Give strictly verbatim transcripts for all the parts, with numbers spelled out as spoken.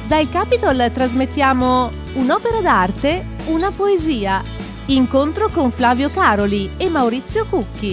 Dal Capitol trasmettiamo un'opera d'arte, una poesia. Incontro con Flavio Caroli e Maurizio Cucchi.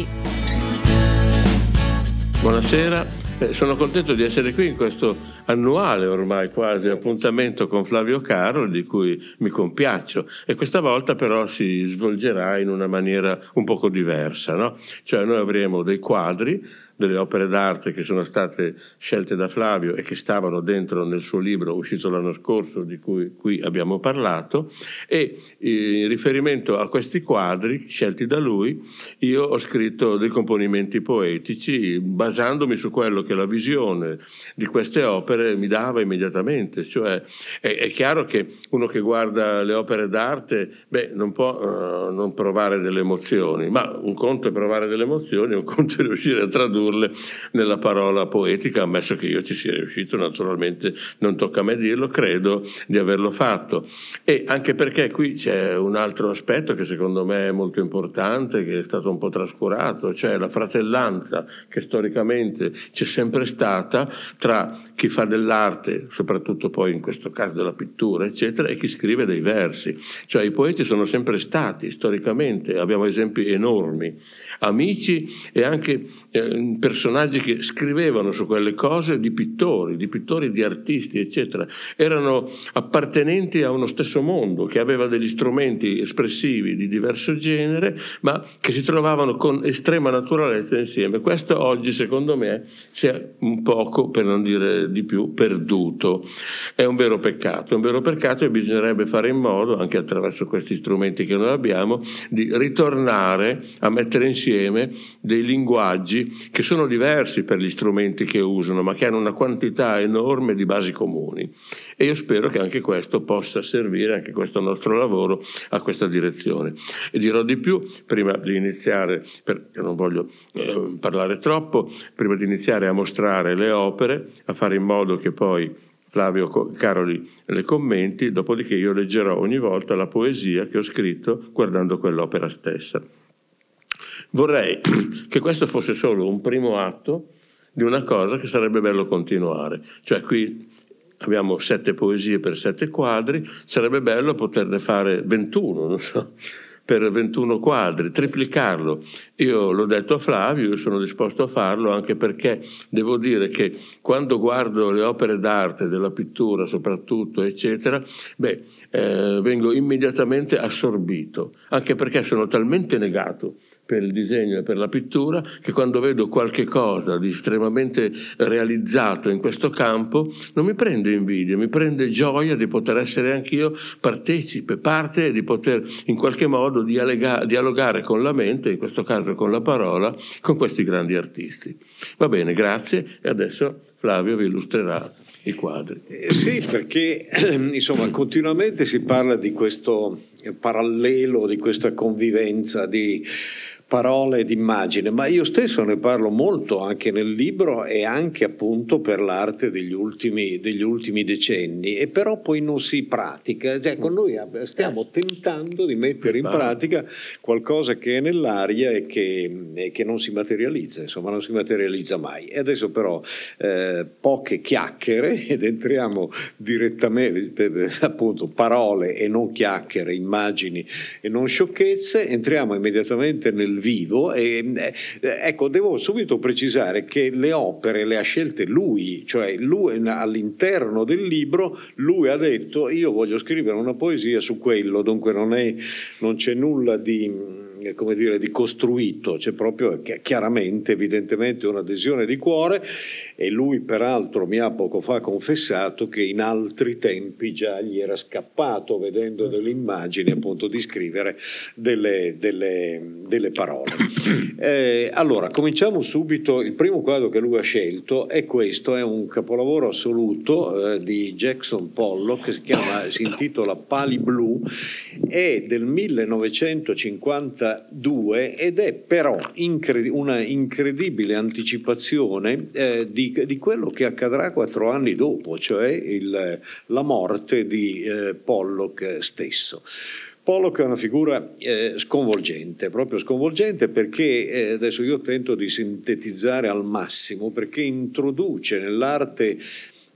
Buonasera, eh, sono contento di essere qui in questo annuale ormai quasi appuntamento con Flavio Caroli, di cui mi compiaccio, e questa volta però si svolgerà in una maniera un poco diversa, no? Cioè noi avremo dei quadri, delle opere d'arte che sono state scelte da Flavio e che stavano dentro nel suo libro uscito l'anno scorso, di cui qui abbiamo parlato, e in riferimento a questi quadri scelti da lui io ho scritto dei componimenti poetici basandomi su quello che la visione di queste opere mi dava immediatamente. Cioè è, è chiaro che uno che guarda le opere d'arte beh, non può uh, non provare delle emozioni, ma un conto è provare delle emozioni, un conto è riuscire a tradurre nella parola poetica, ammesso che io ci sia riuscito, naturalmente non tocca a me dirlo, credo di averlo fatto. E anche perché qui c'è un altro aspetto che secondo me è molto importante, che è stato un po' trascurato, cioè la fratellanza che storicamente c'è sempre stata tra chi fa dell'arte, soprattutto poi in questo caso della pittura, eccetera, e chi scrive dei versi. Cioè i poeti sono sempre stati, storicamente, abbiamo esempi enormi, amici e anche eh, personaggi che scrivevano su quelle cose di pittori, di pittori, di artisti, eccetera. Erano appartenenti a uno stesso mondo che aveva degli strumenti espressivi di diverso genere, ma che si trovavano con estrema naturalezza insieme. Questo oggi, secondo me, si è un poco, per non dire di più, perduto. È un vero peccato, è un vero peccato e bisognerebbe fare in modo, anche attraverso questi strumenti che noi abbiamo, di ritornare a mettere insieme dei linguaggi che sono diversi per gli strumenti che usano, ma che hanno una quantità enorme di basi comuni. E io spero che anche questo possa servire, anche questo nostro lavoro, a questa direzione. E dirò di più, prima di iniziare, perché non voglio eh, parlare troppo, prima di iniziare a mostrare le opere, a fare in modo che poi Flavio Caroli le commenti, dopodiché io leggerò ogni volta la poesia che ho scritto guardando quell'opera stessa. Vorrei che questo fosse solo un primo atto di una cosa che sarebbe bello continuare. Cioè qui abbiamo sette poesie per sette quadri, sarebbe bello poterne fare ventuno, non so, per ventuno quadri, triplicarlo. Io l'ho detto a Flavio, io sono disposto a farlo, anche perché devo dire che quando guardo le opere d'arte, della pittura soprattutto, eccetera, beh, eh, vengo immediatamente assorbito, anche perché sono talmente negato per il disegno e per la pittura che quando vedo qualche cosa di estremamente realizzato in questo campo non mi prende invidia, mi prende gioia di poter essere anch'io partecipe, parte, di poter in qualche modo dialoga- dialogare con la mente, in questo caso con la parola, con questi grandi artisti. Va bene, grazie, e adesso Flavio vi illustrerà i quadri. Eh, sì, perché insomma continuamente si parla di questo parallelo, di questa convivenza di parole ed immagine, ma io stesso ne parlo molto anche nel libro e anche appunto per l'arte degli ultimi, degli ultimi decenni, e però poi non si pratica. Cioè, con noi stiamo tentando di mettere in pratica qualcosa che è nell'aria e che, e che non si materializza, insomma non si materializza mai. E adesso però eh, poche chiacchiere ed entriamo direttamente, appunto parole e non chiacchiere, immagini e non sciocchezze, entriamo immediatamente nel vivo. E ecco, devo subito precisare che le opere le ha scelte lui, cioè lui all'interno del libro lui ha detto io voglio scrivere una poesia su quello, dunque non è, non c'è nulla di come dire di costruito, c'è proprio chiaramente evidentemente un'adesione di cuore, e lui peraltro mi ha poco fa confessato che in altri tempi già gli era scappato, vedendo delle immagini, appunto di scrivere delle, delle, delle parole. Eh, allora cominciamo subito. Il primo quadro che lui ha scelto è questo, è un capolavoro assoluto eh, di Jackson Pollock che si chiama, si intitola Pali Blu, è del millenovecentocinquantadue ed è però incred- una incredibile anticipazione eh, di, di quello che accadrà quattro anni dopo, cioè il, la morte di eh, Pollock stesso. Pollock è una figura eh, sconvolgente, proprio sconvolgente, perché eh, adesso io tento di sintetizzare al massimo, perché introduce nell'arte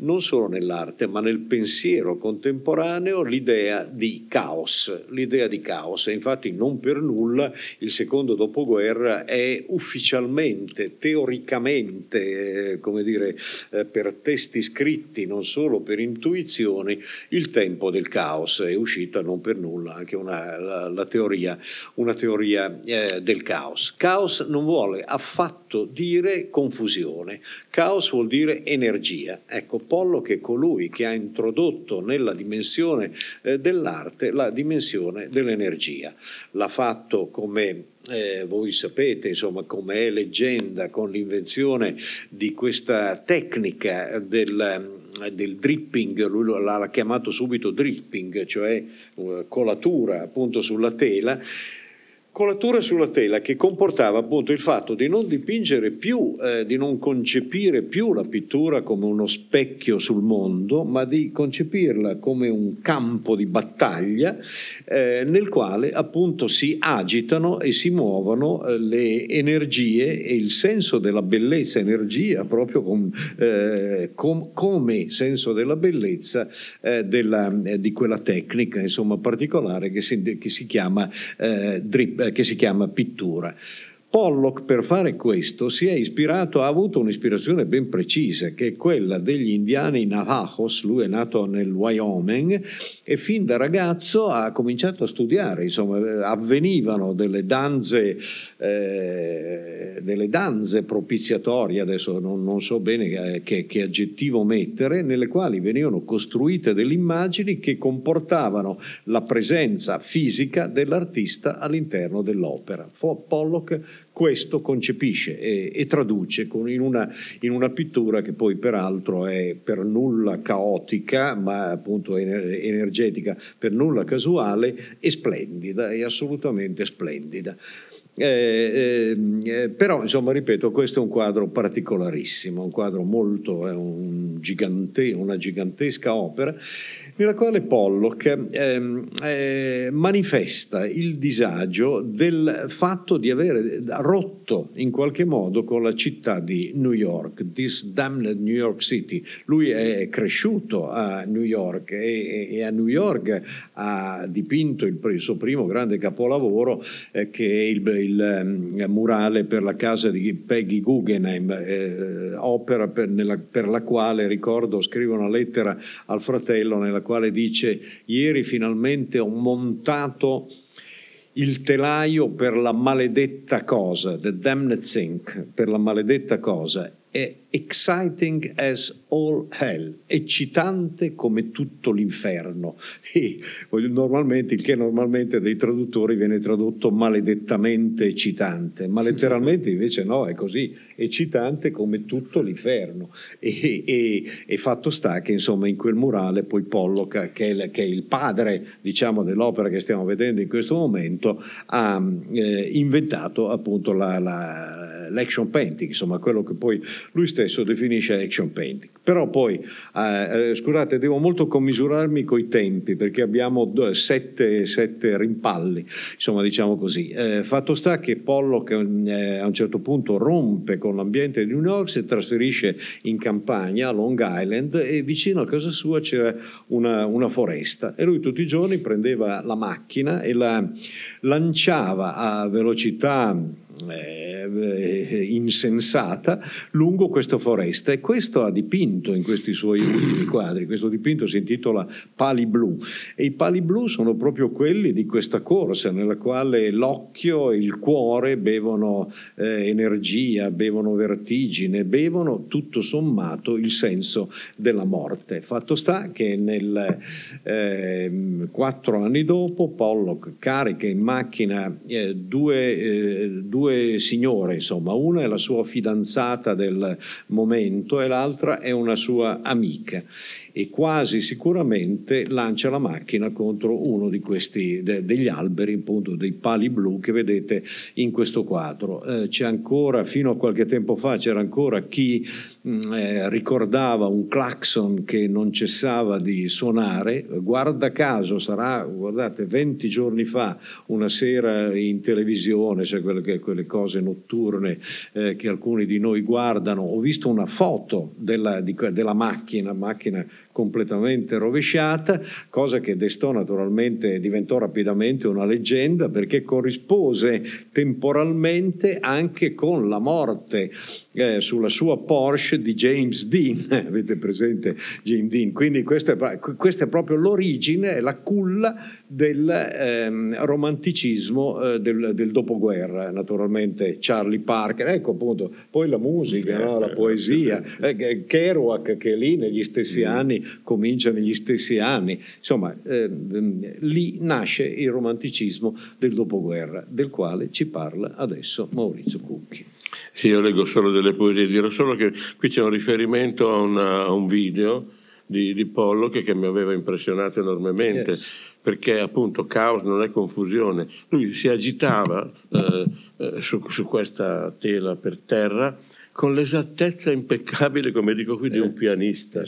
non solo nell'arte ma nel pensiero contemporaneo l'idea di caos, l'idea di caos. E infatti non per nulla il secondo dopoguerra è ufficialmente, teoricamente, eh, come dire, eh, per testi scritti, non solo per intuizioni, il tempo del caos. È uscita non per nulla anche una, la, la teoria, una teoria eh, del caos. Caos non vuole affatto dire confusione, caos vuol dire energia. Ecco, Pollock è colui che ha introdotto nella dimensione eh, dell'arte la dimensione dell'energia. L'ha fatto come Eh, voi sapete, insomma, come è leggenda, con l'invenzione di questa tecnica del, del dripping. Lui l'ha chiamato subito dripping, cioè uh, colatura appunto sulla tela. Colatura sulla tela che comportava appunto il fatto di non dipingere più, eh, di non concepire più la pittura come uno specchio sul mondo, ma di concepirla come un campo di battaglia eh, nel quale appunto si agitano e si muovono eh, le energie e il senso della bellezza, energia proprio con, eh, com, come senso della bellezza eh, della, eh, di quella tecnica insomma particolare che si, che si chiama eh, drip, che si chiama pittura. Pollock per fare questo si è ispirato, ha avuto un'ispirazione ben precisa, che è quella degli indiani Navajos. Lui è nato nel Wyoming e fin da ragazzo ha cominciato a studiare, insomma avvenivano delle danze eh, delle danze propiziatorie, adesso non, non so bene che, che aggettivo mettere, nelle quali venivano costruite delle immagini che comportavano la presenza fisica dell'artista all'interno dell'opera. Pollock questo concepisce e, e traduce con, in, una, in una pittura che poi peraltro è per nulla caotica, ma appunto energetica, per nulla casuale e splendida, è assolutamente splendida. Eh, eh, però insomma ripeto, questo è un quadro particolarissimo, un quadro molto, è un gigante, una gigantesca opera nella quale Pollock eh, eh, manifesta il disagio del fatto di avere rotto in qualche modo con la città di New York, this damned New York City. Lui è cresciuto a New York e, e a New York ha dipinto il, il suo primo grande capolavoro eh, che è il, il um, murale per la casa di Peggy Guggenheim, eh, opera per, nella, per la quale, ricordo, scrive una lettera al fratello nella quale dice: ieri finalmente ho montato il telaio per la maledetta cosa, the damned thing, per la maledetta cosa, è exciting as all hell, eccitante come tutto l'inferno. E normalmente, il che normalmente dai traduttori viene tradotto maledettamente eccitante, ma letteralmente invece no, è così, eccitante come tutto l'inferno. E, e, e fatto sta che insomma in quel murale poi Pollock, che è, che è il padre diciamo dell'opera che stiamo vedendo in questo momento, ha eh, inventato appunto la, la, l'action painting, insomma quello che poi lui stesso definisce action painting. Però poi, eh, scusate, devo molto commisurarmi coi tempi perché abbiamo due, sette, sette rimpalli, insomma diciamo così. Eh, fatto sta che Pollock eh, a un certo punto rompe con l'ambiente di New York, si trasferisce in campagna a Long Island e vicino a casa sua c'era una, una foresta e lui tutti i giorni prendeva la macchina e la lanciava a velocità Eh, insensata lungo questa foresta, e questo ha dipinto in questi suoi ultimi quadri. Questo dipinto si intitola Pali blu e i pali blu sono proprio quelli di questa corsa nella quale l'occhio e il cuore bevono eh, energia, bevono vertigine, bevono tutto sommato il senso della morte. Fatto sta che nel eh, quattro anni dopo Pollock carica in macchina eh, due, eh, due signore, insomma, una è la sua fidanzata del momento e l'altra è una sua amica, e quasi sicuramente lancia la macchina contro uno di questi de, degli alberi, appunto dei pali blu che vedete in questo quadro. Eh, c'è ancora, fino a qualche tempo fa, c'era ancora chi mh, eh, ricordava un clacson che non cessava di suonare. Guarda caso, sarà, guardate, venti giorni fa, una sera in televisione, cioè quelle, quelle cose notturne eh, che alcuni di noi guardano, ho visto una foto della, di di, della macchina, macchina completamente rovesciata, cosa che destò naturalmente, diventò rapidamente una leggenda perché corrispose temporalmente anche con la morte eh, sulla sua Porsche di James Dean. Avete presente James Dean? Quindi questa è, questa è proprio l'origine, la culla del ehm, romanticismo eh, del, del dopoguerra. Naturalmente Charlie Parker, ecco appunto, poi la musica, no? La poesia, eh, Kerouac, che è lì negli stessi anni comincia negli stessi anni, insomma eh, lì nasce il romanticismo del dopoguerra, del quale ci parla adesso Maurizio Cucchi. Sì, io leggo solo delle poesie, dirò solo che qui c'è un riferimento a, una, a un video di, di Pollock che mi aveva impressionato enormemente, yes. Perché appunto caos non è confusione, lui si agitava eh, eh, su, su questa tela per terra con l'esattezza impeccabile, come dico qui, di un pianista.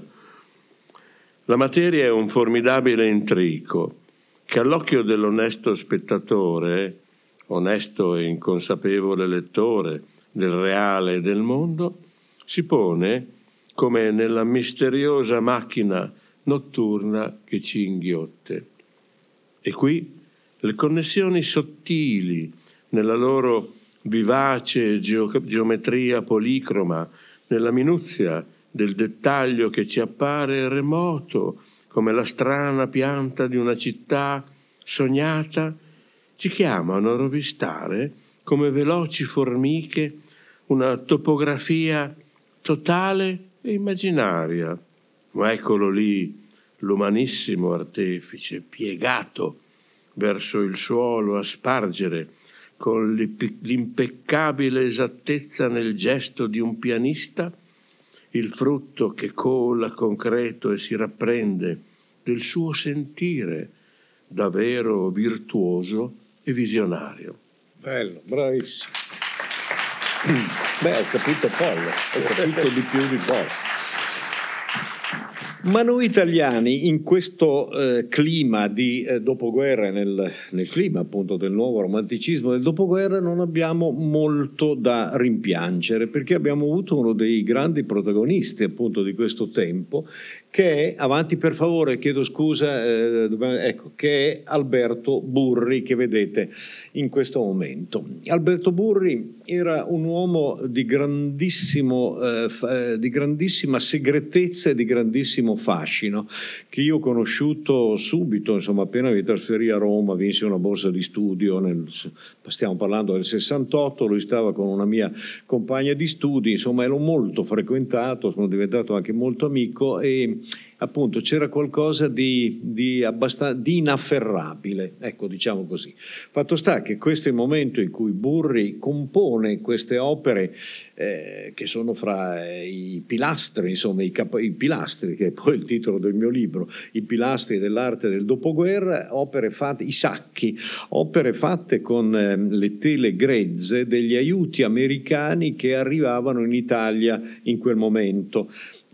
La materia è un formidabile intrico che all'occhio dell'onesto spettatore, onesto e inconsapevole lettore del reale e del mondo, si pone come nella misteriosa macchina notturna che ci inghiotte. E qui le connessioni sottili nella loro vivace geo- geometria policroma, nella minuzia del dettaglio che ci appare remoto come la strana pianta di una città sognata, ci chiamano a rovistare come veloci formiche una topografia totale e immaginaria. Ma eccolo lì, l'umanissimo artefice, piegato verso il suolo a spargere con l'impeccabile esattezza nel gesto di un pianista il frutto che cola concreto e si rapprende del suo sentire davvero virtuoso e visionario. Bello, bravissimo. Beh, ho capito Pollo, ho capito di più di Pollo. Ma noi italiani in questo eh, clima di eh, dopoguerra, nel, nel clima appunto del nuovo romanticismo del dopoguerra, non abbiamo molto da rimpiangere, perché abbiamo avuto uno dei grandi protagonisti appunto di questo tempo, che è, avanti per favore, chiedo scusa, eh, ecco, che è Alberto Burri, che vedete in questo momento. Alberto Burri era un uomo di grandissimo, eh, f- di grandissima segretezza e di grandissimo fascino, che io ho conosciuto subito, insomma, appena mi trasferì a Roma, vinsi una borsa di studio, nel, stiamo parlando del sessantotto, lui stava con una mia compagna di studi, insomma ero molto frequentato, sono diventato anche molto amico e appunto c'era qualcosa di, di, abbastan- di inafferrabile, ecco, diciamo così. Fatto sta che questo è il momento in cui Burri compone queste opere eh, che sono fra eh, i pilastri, insomma i, cap- i pilastri, che è poi il titolo del mio libro, i pilastri dell'arte del dopoguerra, opere fatte, i sacchi, opere fatte con eh, le tele grezze degli aiuti americani che arrivavano in Italia in quel momento.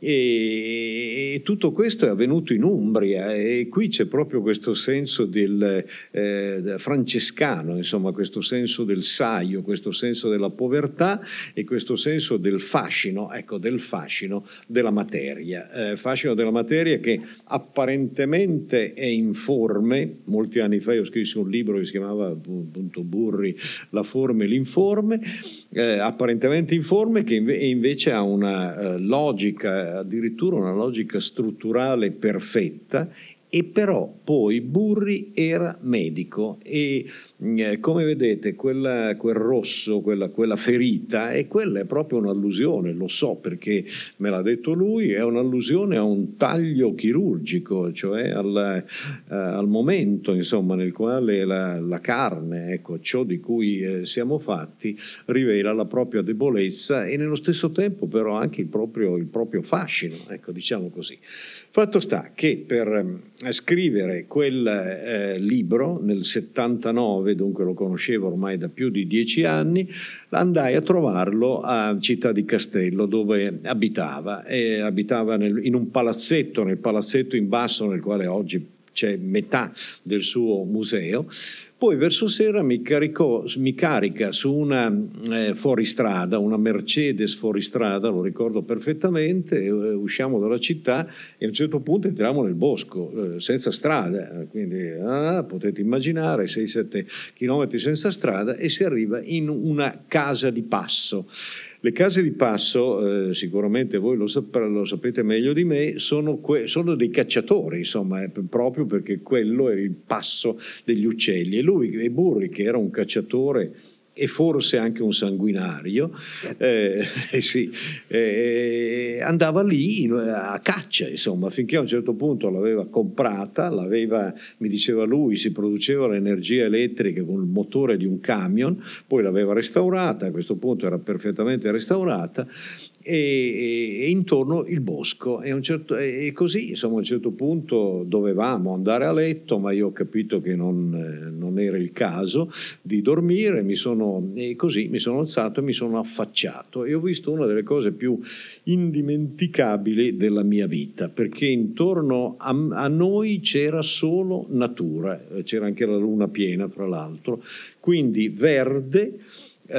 E tutto questo è avvenuto in Umbria e qui c'è proprio questo senso del eh, francescano, insomma questo senso del saio, questo senso della povertà e questo senso del fascino, ecco, del fascino della materia, eh, fascino della materia che apparentemente è informe. Molti anni fa io scrissi un libro che si chiamava appunto Burri, la forma e l'informe, eh, apparentemente informe, che inve- invece ha una eh, logica, addirittura una logica strutturale perfetta, e però poi Burri era medico e eh, come vedete quella, quel rosso, quella, quella ferita, e quella è proprio un'allusione, lo so perché me l'ha detto lui, è un'allusione a un taglio chirurgico, cioè al, eh, al momento insomma nel quale la, la carne, ecco, ciò di cui eh, siamo fatti, rivela la propria debolezza e nello stesso tempo però anche il proprio, il proprio fascino, ecco, diciamo così. Fatto sta che per eh, scrivere quel eh, libro nel settantanove, dunque lo conoscevo ormai da più di dieci anni, andai a trovarlo a Città di Castello dove abitava, e abitava nel, in un palazzetto, nel palazzetto in basso nel quale oggi c'è metà del suo museo. Poi verso sera mi, caricò, mi carica su una eh, fuoristrada, una Mercedes fuoristrada, lo ricordo perfettamente, eh, usciamo dalla città e a un certo punto entriamo nel bosco, eh, senza strada, quindi ah, potete immaginare sei sette chilometri senza strada, e si arriva in una casa di passo. Le case di passo, eh, sicuramente voi lo, sap- lo sapete meglio di me, sono, que- sono dei cacciatori, insomma, eh, proprio perché quello era il passo degli uccelli. E lui, e Burri, che era un cacciatore e forse anche un sanguinario, eh, eh sì, eh, andava lì in, a caccia, insomma, finché a un certo punto l'aveva comprata, l'aveva, mi diceva lui, si produceva l'energia elettrica con il motore di un camion, poi l'aveva restaurata, a questo punto era perfettamente restaurata, e, e, e intorno il bosco, e, un certo, e così, insomma, a un certo punto dovevamo andare a letto, ma io ho capito che non, eh, non era il caso di dormire, mi sono, e così mi sono alzato e mi sono affacciato e ho visto una delle cose più indimenticabili della mia vita, perché intorno a, a noi c'era solo natura, c'era anche la luna piena fra l'altro, quindi verde, Eh,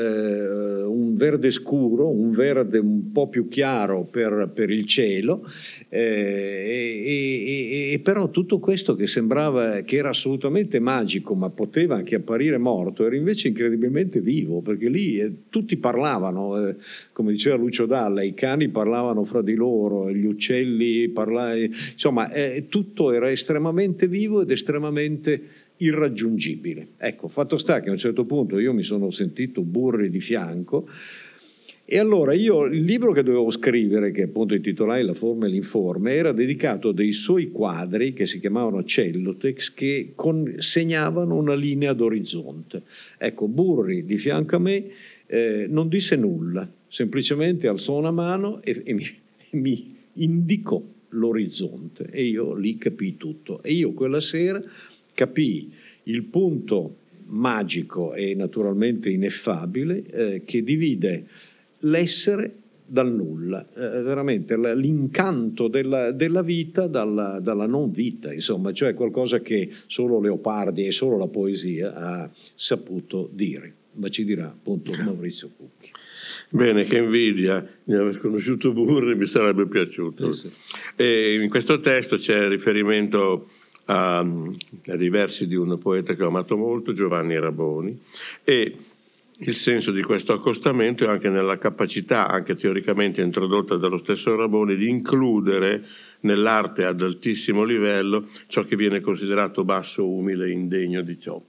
eh, un verde scuro, un verde un po' più chiaro per, per il cielo, eh, e, e, e però tutto questo che sembrava che era assolutamente magico, ma poteva anche apparire morto, era invece incredibilmente vivo, perché lì eh, tutti parlavano, eh, come diceva Lucio Dalla, i cani parlavano fra di loro, gli uccelli parlavano, insomma eh, tutto era estremamente vivo ed estremamente irraggiungibile. Ecco, fatto sta che a un certo punto io mi sono sentito Burri di fianco, e allora io il libro che dovevo scrivere, che appunto intitolai La forma e l'informe, era dedicato a dei suoi quadri che si chiamavano cellotex, che con, segnavano una linea d'orizzonte. Ecco, Burri di fianco a me eh, non disse nulla, semplicemente alzò una mano e, e, mi, e mi indicò l'orizzonte, e io lì capii tutto. E io quella sera capii il punto magico e naturalmente ineffabile eh, che divide l'essere dal nulla, eh, veramente l'incanto della, della vita dalla, dalla non vita, insomma, cioè qualcosa che solo Leopardi e solo la poesia ha saputo dire, ma ci dirà appunto Maurizio Cucchi. Bene, che invidia di aver conosciuto Burri, mi sarebbe piaciuto. Sì, sì. E in questo testo c'è riferimento a, a dei versi di un poeta che ho amato molto, Giovanni Raboni, e il senso di questo accostamento è anche nella capacità, anche teoricamente introdotta dallo stesso Raboni, di includere nell'arte ad altissimo livello ciò che viene considerato basso, umile, indegno di ciò.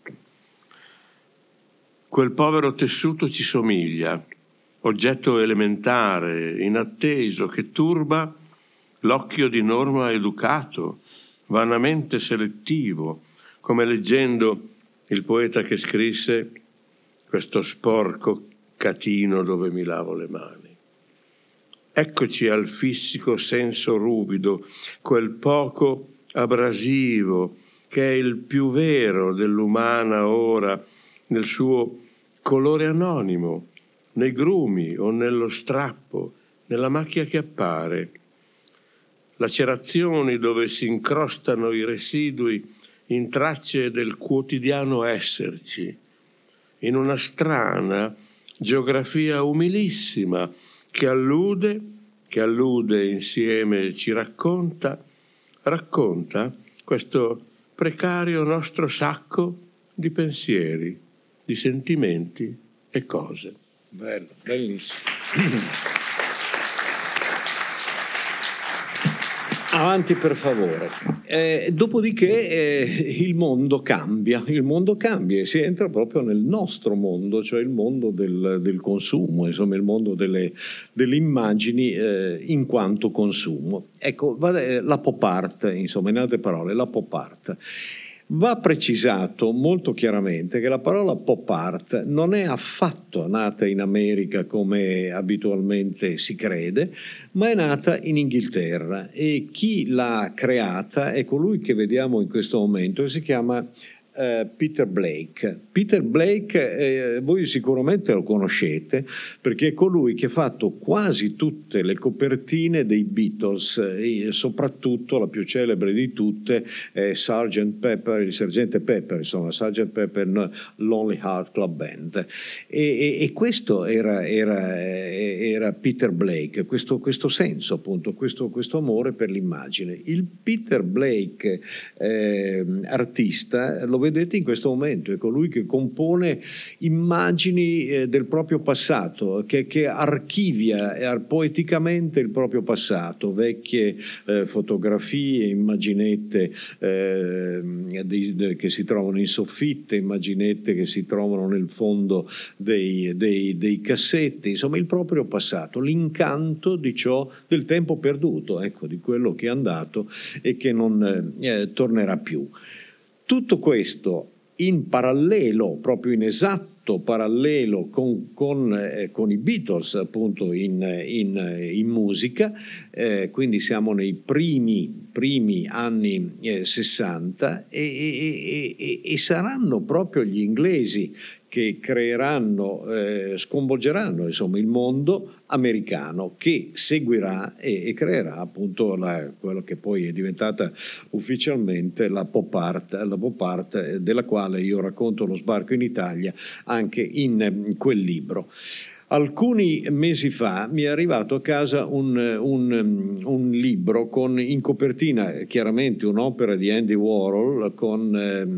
Quel povero tessuto ci somiglia, oggetto elementare, inatteso, che turba l'occhio di Norma educato, vanamente selettivo, come leggendo il poeta che scrisse questo sporco catino dove mi lavo le mani. Eccoci al fissico senso ruvido, quel poco abrasivo che è il più vero dell'umana ora nel suo colore anonimo, nei grumi o nello strappo, nella macchia che appare. Lacerazioni dove si incrostano i residui in tracce del quotidiano esserci, in una strana geografia umilissima che allude, che allude insieme ci racconta, racconta questo precario nostro sacco di pensieri, di sentimenti e cose. Bello, bellissimo. Avanti per favore. Eh, dopodiché eh, il mondo cambia, il mondo cambia e si entra proprio nel nostro mondo, cioè il mondo del, del consumo, insomma il mondo delle, delle immagini eh, in quanto consumo. Ecco, la pop art, insomma, in altre parole, la pop art. Va precisato molto chiaramente che la parola pop art non è affatto nata in America come abitualmente si crede, ma è nata in Inghilterra, e chi l'ha creata è colui che vediamo in questo momento, che si chiama uh, Peter Blake. Peter Blake, eh, voi sicuramente lo conoscete, perché è colui che ha fatto quasi tutte le copertine dei Beatles, e soprattutto la più celebre di tutte è sergeant Pepper, il sergente Pepper, insomma, sergeant Pepper Lonely Heart Club Band. E, e, e questo era, era, era Peter Blake, questo, questo senso, appunto, questo, questo amore per l'immagine. Il Peter Blake eh, artista lo vedete in questo momento, è colui che compone immagini eh, del proprio passato, che, che archivia eh, poeticamente il proprio passato, vecchie eh, fotografie, immaginette eh, di, de, che si trovano in soffitte, immaginette che si trovano nel fondo dei, dei, dei cassetti, insomma il proprio passato, l'incanto di ciò, del tempo perduto, ecco, di quello che è andato e che non eh, tornerà più. Tutto questo in parallelo, proprio in esatto parallelo con, con, eh, con i Beatles, appunto in, in, in musica, eh, quindi siamo nei primi, primi anni eh, sessanta e, e, e, e saranno proprio gli inglesi che creeranno, eh, sconvolgeranno insomma il mondo americano, che seguirà e, e creerà appunto la, quello che poi è diventata ufficialmente la pop art, la pop art della quale io racconto lo sbarco in Italia anche in, in quel libro. Alcuni mesi fa mi è arrivato a casa un, un, un libro con in copertina chiaramente un'opera di Andy Warhol con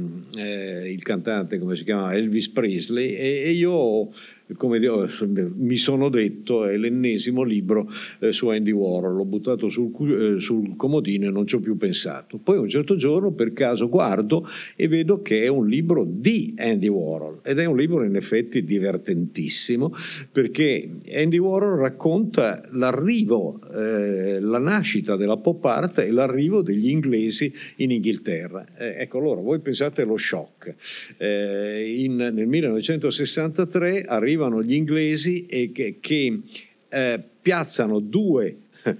eh, il cantante, come si chiama, Elvis Presley, e, e io come dico, mi sono detto è l'ennesimo libro eh, su Andy Warhol, l'ho buttato sul, eh, sul comodino e non ci ho più pensato. Poi un certo giorno per caso guardo e vedo che è un libro di Andy Warhol, ed è un libro in effetti divertentissimo, perché Andy Warhol racconta l'arrivo, eh, la nascita della pop art e l'arrivo degli inglesi in Inghilterra. Eh, ecco, allora voi pensate allo shock. Eh, in, nel millenovecentosessantatré arriva gli inglesi e che, che eh, piazzano due,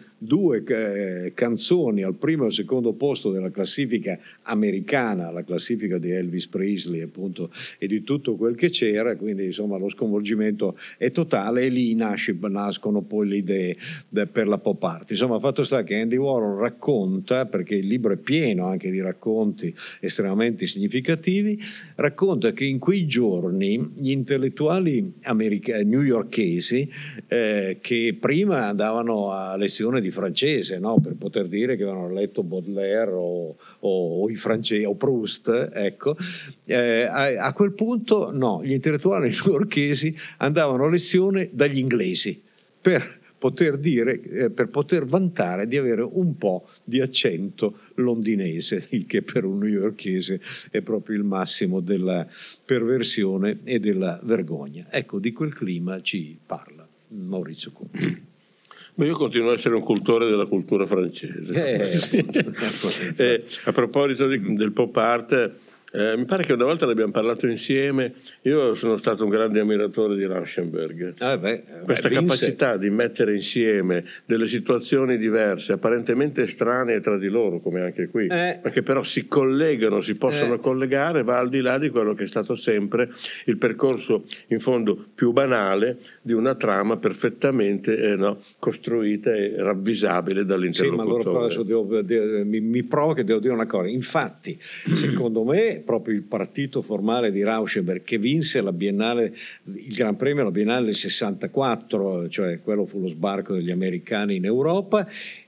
due eh, canzoni al primo e al secondo posto della classifica americana, la classifica di Elvis Presley appunto e di tutto quel che c'era, quindi insomma lo sconvolgimento è totale, e lì nasce, nascono poi le idee de, per la pop art. Insomma, fatto sta che Andy Warhol racconta, perché il libro è pieno anche di racconti estremamente significativi, racconta che in quei giorni gli intellettuali americani, newyorkesi, eh, che prima andavano a lezione di francese, no? Per poter dire che avevano letto Baudelaire o, o, o i francesi o Proust, ecco, eh, a, a quel punto no, gli intellettuali newyorkesi andavano a lezione dagli inglesi per poter dire, eh, per poter vantare di avere un po' di accento londinese, il che per un newyorkese è proprio il massimo della perversione e della vergogna. Ecco, di quel clima ci parla Maurizio Conti. Ma io continuo a essere un cultore della cultura francese. Eh, eh, a proposito di, del pop art, eh, mi pare che una volta ne abbiamo parlato insieme. Io sono stato un grande ammiratore di Rauschenberg. Ah, beh, Questa beh, capacità di mettere insieme delle situazioni diverse, apparentemente estranee tra di loro, come anche qui, eh. perché però si collegano, si possono eh. collegare, va al di là di quello che è stato sempre il percorso, in fondo, più banale di una trama perfettamente eh, no, costruita e ravvisabile dall'interlocutore. Sì, ma allora devo, devo, mi, mi provo che devo dire una cosa. Infatti, secondo me, proprio il partito formale di Rauschenberg, che vinse la Biennale, il Gran Premio alla Biennale del sessantaquattro, cioè quello fu lo sbarco degli americani in Europa,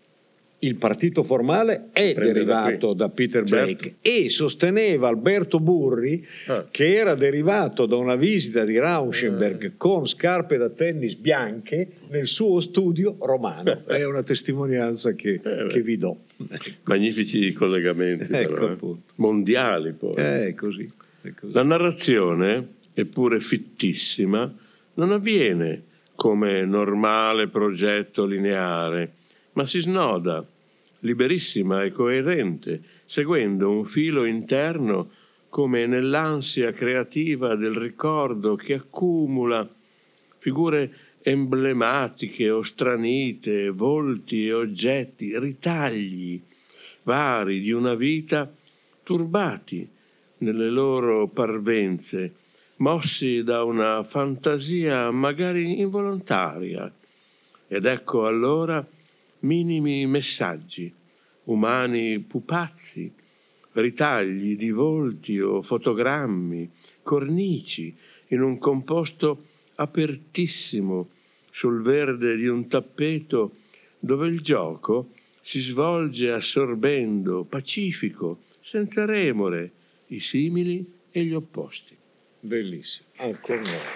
il partito formale è Prende derivato da, da Peter Blake, certo. E sosteneva Alberto Burri ah. che era derivato da una visita di Rauschenberg eh. con scarpe da tennis bianche nel suo studio romano. È una testimonianza che, eh, che vi do. Magnifici collegamenti, ecco, però, eh. mondiali poi. Eh, è così, è così. La narrazione, eppure fittissima, non avviene come normale progetto lineare, ma si snoda, liberissima e coerente, seguendo un filo interno come nell'ansia creativa del ricordo che accumula figure emblematiche o stranite, volti e oggetti, ritagli vari di una vita turbati nelle loro parvenze, mossi da una fantasia magari involontaria. Ed ecco allora minimi messaggi, umani pupazzi, ritagli di volti o fotogrammi, cornici in un composto apertissimo sul verde di un tappeto dove il gioco si svolge assorbendo, pacifico, senza remore, i simili e gli opposti. Bellissimo, ancora una volta.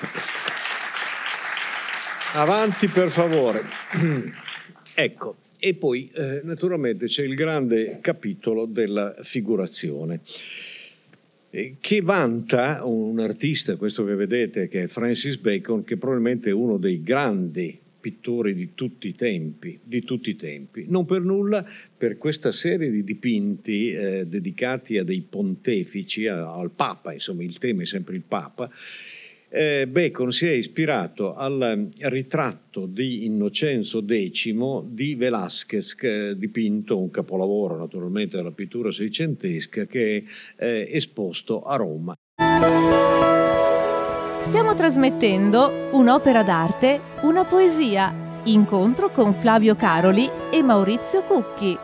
Avanti per favore. Ecco, e poi eh, naturalmente c'è il grande capitolo della figurazione, eh, che vanta un artista, questo che vedete, che è Francis Bacon, che probabilmente è uno dei grandi pittori di tutti i tempi, di tutti i tempi. Non per nulla, per questa serie di dipinti eh, dedicati a dei pontefici, a, al Papa, insomma il tema è sempre il Papa, eh, Bacon si è ispirato al ritratto di Innocenzo decimo di Velázquez, che è dipinto, un capolavoro naturalmente della pittura seicentesca, che è eh, esposto a Roma. Stiamo trasmettendo un'opera d'arte, una poesia, incontro con Flavio Caroli e Maurizio Cucchi.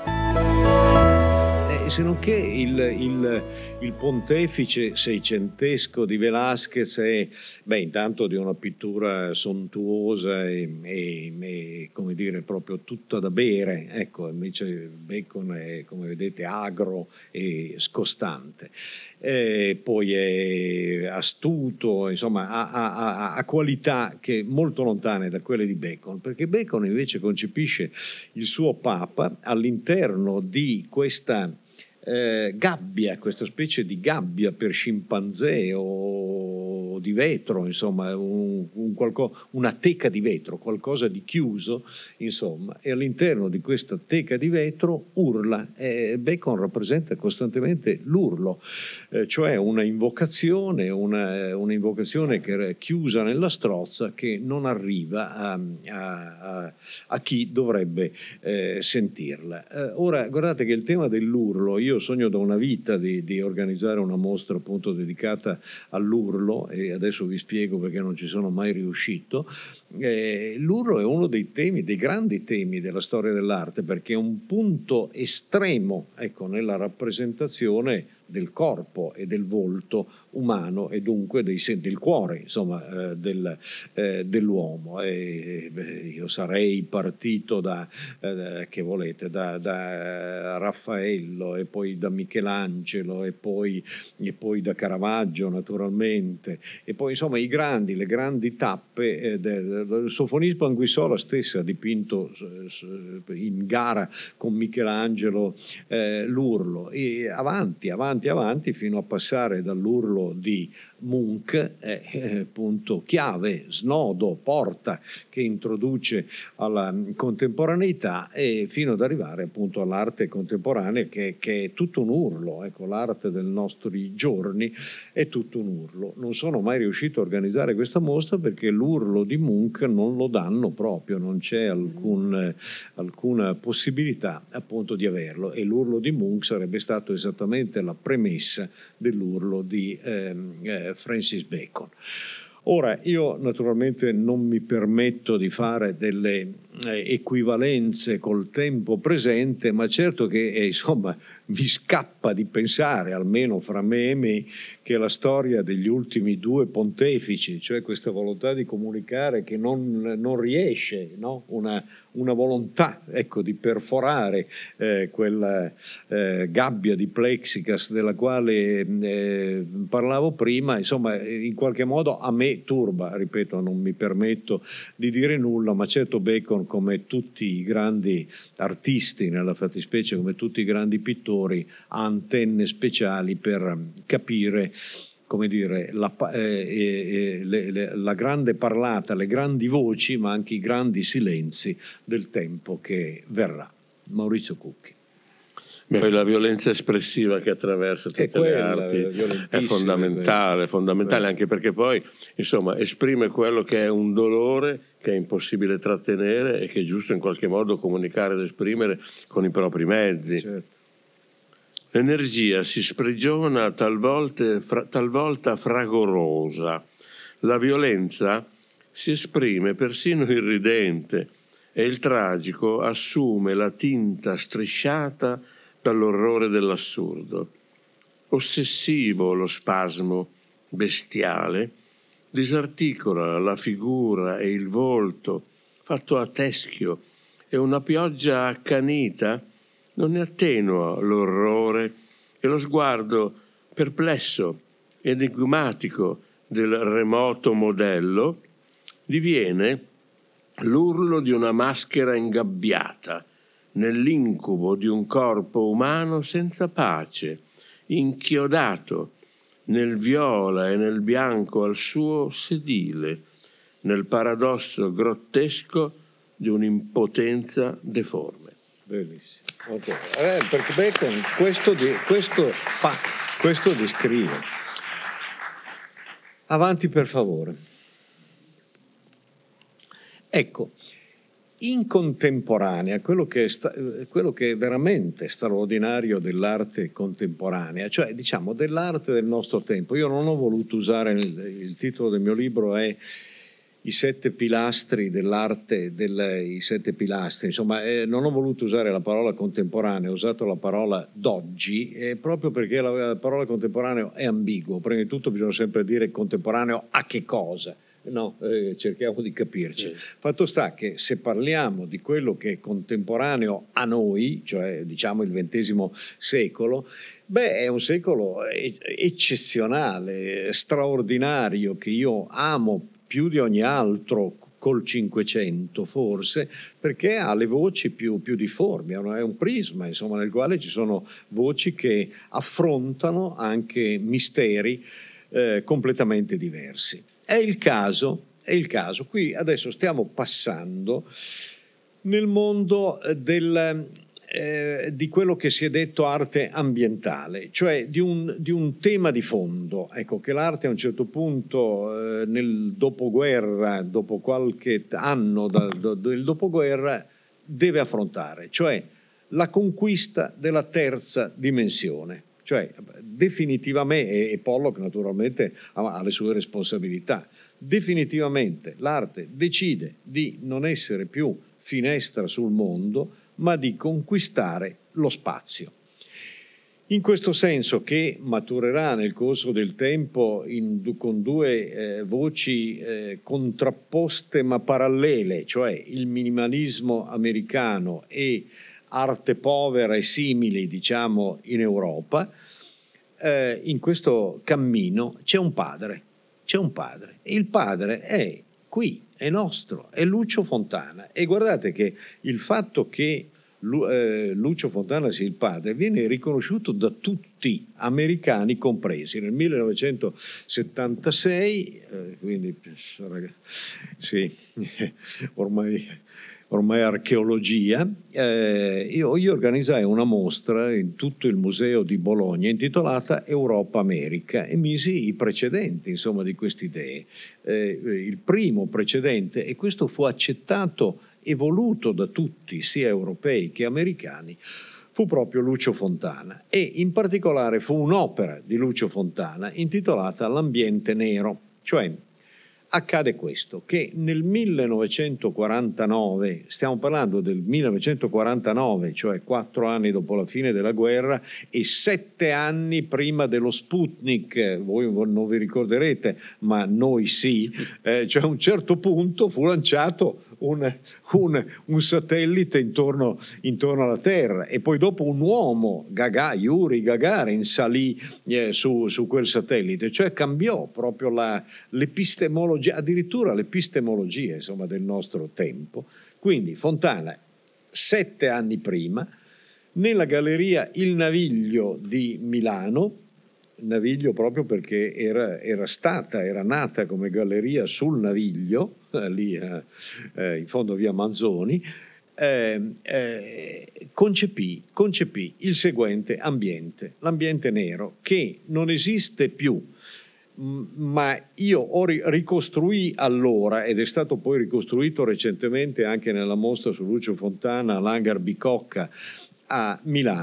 Eh, se non che il, il, il pontefice seicentesco di Velázquez è, beh, intanto di una pittura sontuosa e, e, e come dire, proprio tutta da bere. Ecco, invece Bacon è, come vedete, agro e scostante. Eh, poi è astuto, insomma ha, ha, ha qualità che molto lontane da quelle di Bacon, perché Bacon invece concepisce il suo Papa all'interno di questa eh, gabbia, questa specie di gabbia per scimpanzé o di vetro, insomma un, un qualco, una teca di vetro, qualcosa di chiuso, insomma, e all'interno di questa teca di vetro urla. E Bacon rappresenta costantemente l'urlo, eh, cioè una invocazione, una, una invocazione che è chiusa nella strozza, che non arriva a, a, a chi dovrebbe eh, sentirla. Eh, ora guardate che il tema dell'urlo, io sogno da una vita di, di organizzare una mostra appunto dedicata all'urlo, e adesso vi spiego perché non ci sono mai riuscito. Eh, l'urlo è uno dei temi, dei grandi temi della storia dell'arte, perché è un punto estremo, ecco, nella rappresentazione del corpo e del volto umano e dunque dei, del cuore, insomma, eh, del, eh, dell'uomo. E, beh, io sarei partito da, eh, che volete, da, da Raffaello e poi da Michelangelo e poi, e poi da Caravaggio naturalmente, e poi insomma i grandi, le grandi tappe eh, del, del Sofonismo Anguissola stessa ha dipinto eh, in gara con Michelangelo eh, l'urlo, e avanti, avanti avanti fino a passare dall'urlo di Munch, eh, punto chiave, snodo, porta che introduce alla contemporaneità, e fino ad arrivare appunto all'arte contemporanea che, che è tutto un urlo. Ecco, l'arte dei nostri giorni è tutto un urlo. Non sono mai riuscito a organizzare questa mostra perché l'urlo di Munch non lo danno proprio, non c'è alcun, eh, alcuna possibilità appunto di averlo, e l'urlo di Munch sarebbe stato esattamente la premessa dell'urlo di ehm, eh, Francis Bacon. Ora, io naturalmente non mi permetto di fare delle eh, equivalenze col tempo presente, ma certo che eh, insomma mi scappa di pensare, almeno fra me e me, che la storia degli ultimi due pontefici, cioè questa volontà di comunicare che non, non riesce, no? una, una volontà, ecco, di perforare eh, quella eh, gabbia di plexiglas della quale eh, parlavo prima, insomma in qualche modo a me turba, ripeto, non mi permetto di dire nulla, ma certo Bacon, come tutti i grandi artisti, nella fattispecie come tutti i grandi pittori, ha antenne speciali per capire, come dire, la, eh, eh, le, le, la grande parlata, le grandi voci, ma anche i grandi silenzi del tempo che verrà. Maurizio Cucchi. Beh, la violenza espressiva che attraversa tutte quella, le arti è fondamentale, fondamentale anche perché poi insomma esprime quello che è un dolore che è impossibile trattenere e che è giusto in qualche modo comunicare ed esprimere con i propri mezzi. Certo. L'energia si sprigiona talvolta, fra, talvolta fragorosa. La violenza si esprime persino irridente e il tragico assume la tinta strisciata dall'orrore dell'assurdo. Ossessivo lo spasmo bestiale, disarticola la figura e il volto fatto a teschio, e una pioggia accanita non ne attenua l'orrore e lo sguardo perplesso, enigmatico del remoto modello diviene l'urlo di una maschera ingabbiata nell'incubo di un corpo umano senza pace, inchiodato nel viola e nel bianco al suo sedile, nel paradosso grottesco di un'impotenza deforme. Bellissimo. Okay. Eh, perché Bacon questo, di, questo fa, questo descrive. Avanti per favore. Ecco, in contemporanea, quello che, è sta, quello che è veramente straordinario dell'arte contemporanea, cioè diciamo dell'arte del nostro tempo, io non ho voluto usare, il, il titolo del mio libro è I sette pilastri dell'arte, del, i sette pilastri, insomma eh, non ho voluto usare la parola contemporanea, ho usato la parola d'oggi, eh, proprio perché la, la parola contemporaneo è ambiguo. Prima di tutto bisogna sempre dire contemporaneo a che cosa, no, eh, cerchiamo di capirci. Sì. Fatto sta che se parliamo di quello che è contemporaneo a noi, cioè diciamo il ventesimo secolo, beh, è un secolo eccezionale, straordinario, che io amo più di ogni altro col Cinquecento forse, perché ha le voci più, più difformi, è un prisma insomma nel quale ci sono voci che affrontano anche misteri eh, completamente diversi. È il caso, è il caso, qui adesso stiamo passando nel mondo del... Eh, di quello che si è detto arte ambientale, cioè di un, di un tema di fondo, ecco, che l'arte a un certo punto eh, nel dopoguerra, dopo qualche anno da, da, del dopoguerra, deve affrontare, cioè la conquista della terza dimensione, cioè definitivamente, e Pollock naturalmente ha, ha le sue responsabilità, definitivamente l'arte decide di non essere più finestra sul mondo, ma di conquistare lo spazio. In questo senso, che maturerà nel corso del tempo in, con due eh, voci eh, contrapposte ma parallele, cioè il minimalismo americano e arte povera e simili, diciamo, in Europa, eh, in questo cammino c'è un padre, c'è un padre, e il padre è qui, è nostro, è Lucio Fontana. E guardate che il fatto che Lucio Fontana sia il padre viene riconosciuto da tutti, americani compresi. Nel millenovecentosettantasei, eh, quindi sì, ormai, ormai archeologia, eh, io, io organizzai una mostra in tutto il museo di Bologna intitolata Europa America e misi i precedenti, insomma, di queste idee. Eh, il primo precedente, e questo fu accettato e voluto da tutti, sia europei che americani, fu proprio Lucio Fontana, e in particolare fu un'opera di Lucio Fontana intitolata L'ambiente nero. Cioè accade questo, che nel millenovecentoquarantanove, stiamo parlando del millenovecentoquarantanove, cioè quattro anni dopo la fine della guerra e sette anni prima dello Sputnik, voi non vi ricorderete, ma noi sì, eh, cioè a un certo punto fu lanciato un, un, un satellite intorno, intorno alla Terra, e poi dopo un uomo, Gagarin, Yuri Gagarin, salì eh, su, su quel satellite, cioè cambiò proprio la, l'epistemologia, addirittura l'epistemologia, insomma, del nostro tempo. Quindi Fontana, sette anni prima, nella galleria Il Naviglio di Milano, Naviglio proprio perché era, era stata, era nata come galleria sul Naviglio, eh, lì eh, eh, in fondo via Manzoni, eh, eh, concepì, concepì il seguente ambiente, l'ambiente nero, che non esiste più, ma io ho ricostruì allora, ed è stato poi ricostruito recentemente anche nella mostra su Lucio Fontana all'Hangar Bicocca a Milano,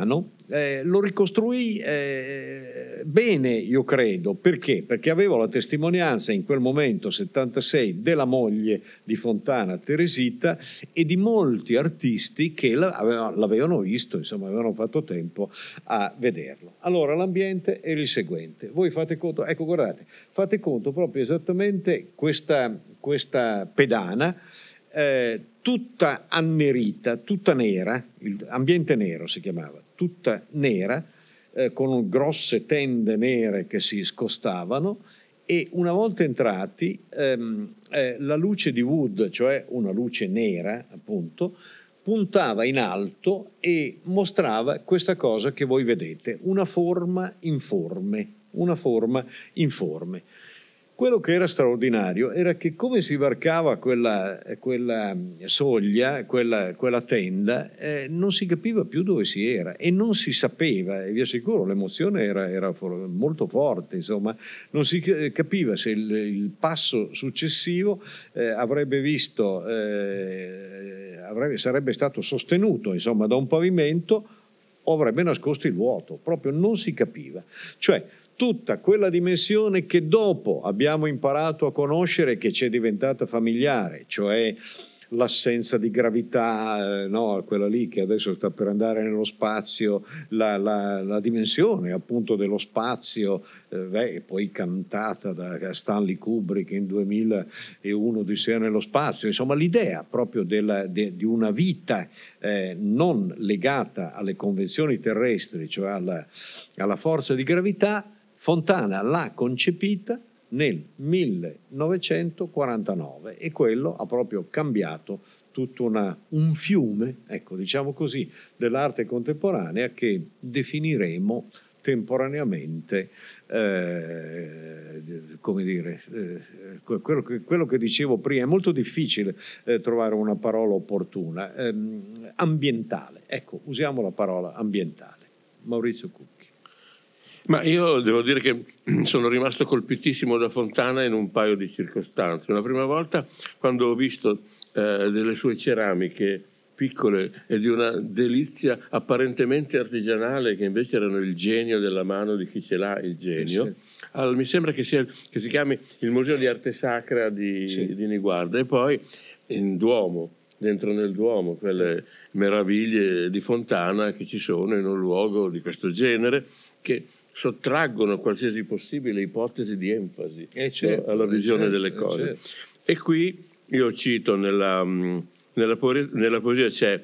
Eh, lo ricostruì eh, bene, io credo. Perché? Perché avevo la testimonianza in quel momento, settantasei, della moglie di Fontana, Teresita, e di molti artisti che l'avevano, l'avevano visto, insomma avevano fatto tempo a vederlo. Allora l'ambiente era il seguente, voi fate conto, ecco guardate, fate conto proprio esattamente questa, questa pedana, eh, tutta annerita, tutta nera, il ambiente nero si chiamava, tutta nera, eh, con grosse tende nere che si scostavano, e una volta entrati ehm, eh, la luce di Wood, cioè una luce nera appunto, puntava in alto e mostrava questa cosa che voi vedete, una forma informe, una forma informe. Quello che era straordinario era che come si varcava quella, quella soglia, quella, quella tenda, eh, non si capiva più dove si era e non si sapeva, e vi assicuro l'emozione era, era for- molto forte, insomma, non si capiva se il, il passo successivo eh, avrebbe visto, eh, avrebbe, sarebbe stato sostenuto, insomma, da un pavimento o avrebbe nascosto il vuoto, proprio non si capiva. Cioè, tutta quella dimensione che dopo abbiamo imparato a conoscere, che ci è diventata familiare, cioè l'assenza di gravità, eh, no, quella lì che adesso sta per andare nello spazio, la, la, la dimensione appunto dello spazio, eh, beh, poi cantata da Stanley Kubrick in duemilauno Odissea nello spazio, insomma l'idea proprio della, de, di una vita eh, non legata alle convenzioni terrestri, cioè alla, alla forza di gravità, Fontana l'ha concepita nel millenovecentoquarantanove e quello ha proprio cambiato tutto una, un fiume, ecco, diciamo così, dell'arte contemporanea che definiremo temporaneamente, eh, come dire, eh, quello, che, quello che dicevo prima, è molto difficile eh, trovare una parola opportuna, ehm, ambientale, ecco, usiamo la parola ambientale. Maurizio Cucchi. Ma io devo dire che sono rimasto colpitissimo da Fontana in un paio di circostanze. La prima volta quando ho visto eh, delle sue ceramiche piccole e di una delizia apparentemente artigianale, che invece erano il genio della mano di chi ce l'ha il genio. Sì, sì. Allora, mi sembra che, sia, che si chiami il Museo di Arte Sacra di, sì. di Niguarda, e poi in Duomo, dentro nel Duomo, quelle meraviglie di Fontana che ci sono in un luogo di questo genere, che sottraggono qualsiasi possibile ipotesi di enfasi eh certo, no, alla visione certo, delle cose. Certo. E qui io cito nella, nella, poesia, nella poesia c'è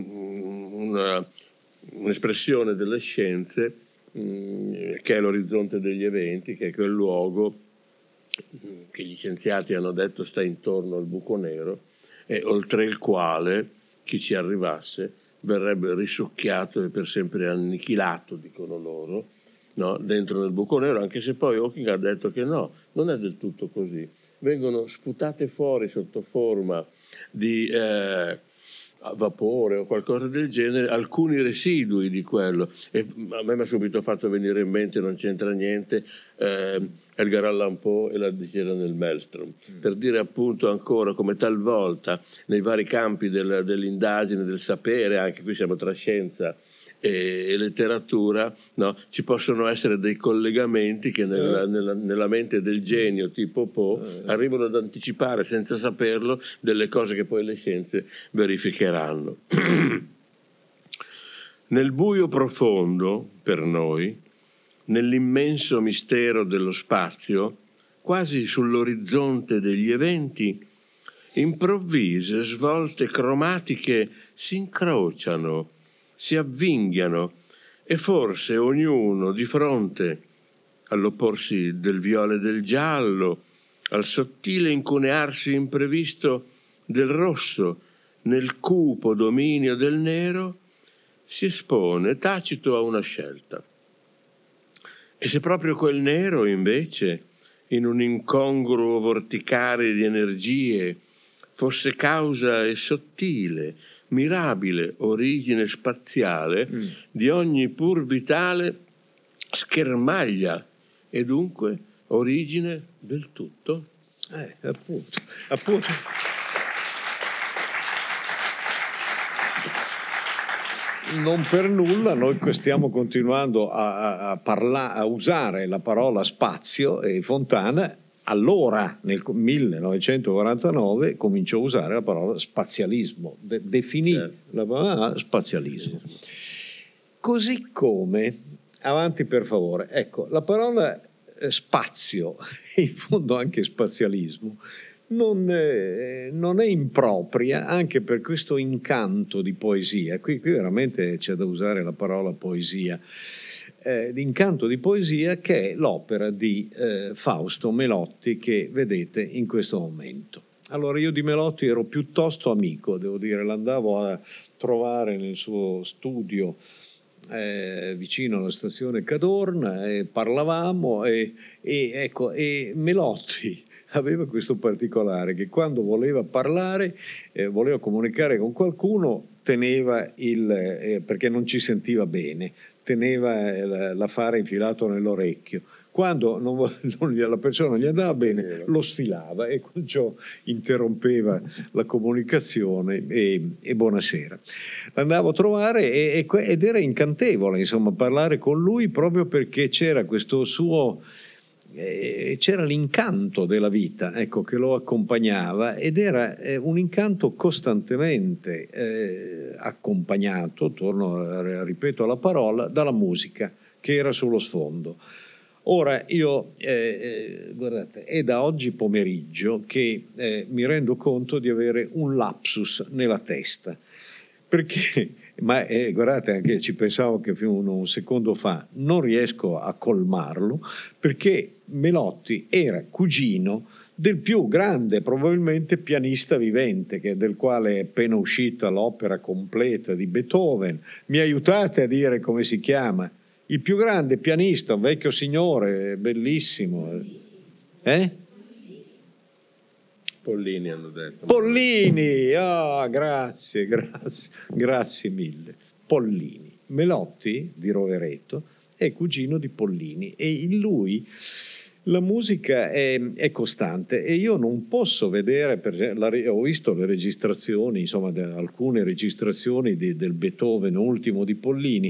una, un'espressione delle scienze mh, che è l'orizzonte degli eventi, che è quel luogo che gli scienziati hanno detto sta intorno al buco nero e oltre il quale chi ci arrivasse verrebbe risucchiato e per sempre annichilato, dicono loro, no, dentro nel buco nero, anche se poi Hawking ha detto che no, non è del tutto così. Vengono sputate fuori sotto forma di eh, vapore o qualcosa del genere alcuni residui di quello. E a me mi ha subito fatto venire in mente, non c'entra niente, eh, Edgar Allan Poe e la discesa nel Maelstrom, mm. per dire appunto ancora come talvolta nei vari campi del, dell'indagine, del sapere, anche qui siamo tra scienza e letteratura, no? Ci possono essere dei collegamenti che nella, eh. nella, nella mente del genio tipo Poe eh. arrivano ad anticipare senza saperlo delle cose che poi le scienze verificheranno. Nel buio profondo, per noi, nell'immenso mistero dello spazio, quasi sull'orizzonte degli eventi, improvvise svolte cromatiche si incrociano, si avvinghiano e forse ognuno di fronte all'opporsi del viola e del giallo, al sottile incunearsi imprevisto del rosso nel cupo dominio del nero, si espone tacito a una scelta. E se proprio quel nero invece, in un incongruo vorticare di energie, fosse causa e sottile, mirabile origine spaziale mm. di ogni pur vitale schermaglia e dunque origine del tutto? Eh, appunto, appunto. non per nulla noi stiamo continuando a, a, a, parla, a usare la parola spazio, e Fontana allora nel millenovecentoquarantanove cominciò a usare la parola spazialismo, de, definì certo. la parola spazialismo. Così come, avanti per favore, ecco, la parola eh, spazio e in fondo anche spazialismo non, eh, non è impropria anche per questo incanto di poesia. Qui, qui veramente c'è da usare la parola poesia. Eh, l'incanto di poesia, che è l'opera di eh, Fausto Melotti che vedete in questo momento. Allora, io di Melotti ero piuttosto amico, devo dire, l'andavo a trovare nel suo studio eh, vicino alla stazione Cadorna e parlavamo e, e, ecco, e Melotti aveva questo particolare che quando voleva parlare, eh, voleva comunicare con qualcuno, teneva il, eh, perché non ci sentiva bene, teneva l'affare infilato nell'orecchio. Quando non, non, la persona non gli andava bene, lo sfilava e con ciò interrompeva la comunicazione e, e buonasera. L'andavo a trovare e, ed era incantevole, insomma, parlare con lui proprio perché c'era questo suo... Eh, c'era l'incanto della vita, ecco, che lo accompagnava, ed era eh, un incanto costantemente eh, accompagnato, torno a, ripeto alla parola, dalla musica che era sullo sfondo. Ora io, eh, guardate, è da oggi pomeriggio che eh, mi rendo conto di avere un lapsus nella testa, perché, ma eh, guardate, anche ci pensavo che fino a un secondo fa, non riesco a colmarlo, perché Melotti era cugino del più grande probabilmente pianista vivente, che del quale è appena uscita l'opera completa di Beethoven. Mi aiutate a dire come si chiama? Il più grande pianista, un vecchio signore, bellissimo. Eh? Pollini hanno detto. Pollini, ah, grazie, grazie, grazie mille. Pollini. Melotti di Rovereto è cugino di Pollini e in lui la musica è, è costante e io non posso vedere, per, la, ho visto le registrazioni, insomma, de, alcune registrazioni di, del Beethoven ultimo di Pollini,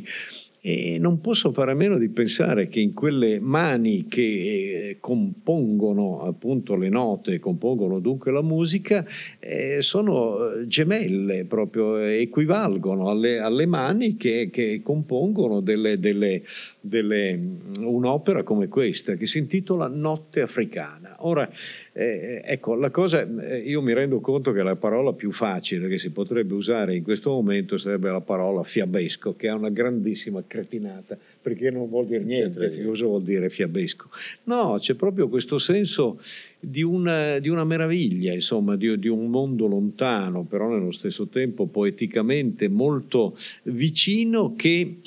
e non posso fare a meno di pensare che in quelle mani che eh, compongono appunto le note, compongono dunque la musica, eh, sono gemelle, proprio equivalgono alle, alle mani che, che compongono delle, delle, delle, un'opera come questa, che si intitola Notte africana. Ora, eh, ecco, la cosa, io mi rendo conto che la parola più facile che si potrebbe usare in questo momento sarebbe la parola fiabesco, che ha una grandissima cretinata, perché non vuol dire niente, cosa vuol dire fiabesco? No, c'è proprio questo senso di una, di una meraviglia, insomma, di, di un mondo lontano, però nello stesso tempo poeticamente molto vicino, che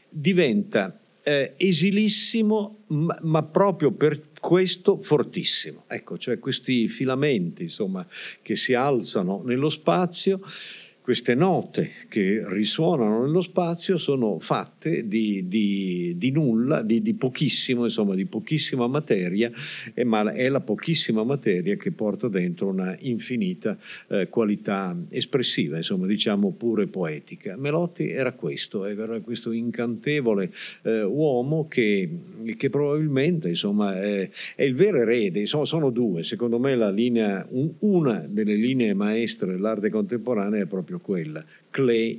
diventa eh, esilissimo, ma, ma proprio per questo fortissimo. Ecco, cioè questi filamenti, insomma, che si alzano nello spazio, queste note che risuonano nello spazio sono fatte di, di, di nulla, di, di pochissimo, insomma, di pochissima materia, e ma è la pochissima materia che porta dentro una infinita eh, qualità espressiva, insomma, diciamo pure poetica. Melotti era questo, era questo incantevole eh, uomo che, che probabilmente, insomma, è, è il vero erede. Insomma, sono due, secondo me la linea, un, una delle linee maestre dell'arte contemporanea è proprio quella, Klee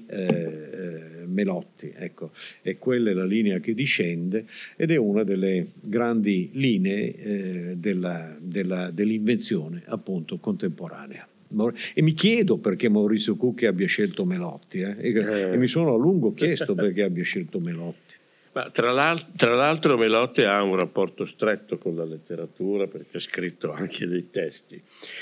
eh, Melotti, ecco, e quella è la linea che discende ed è una delle grandi linee eh, della, della, dell'invenzione appunto contemporanea. E mi chiedo perché Maurizio Cucchi abbia scelto Melotti eh, e, eh. e mi sono a lungo chiesto perché abbia scelto Melotti. Ma tra, l'alt- tra l'altro Melotti ha un rapporto stretto con la letteratura, perché ha scritto anche dei testi,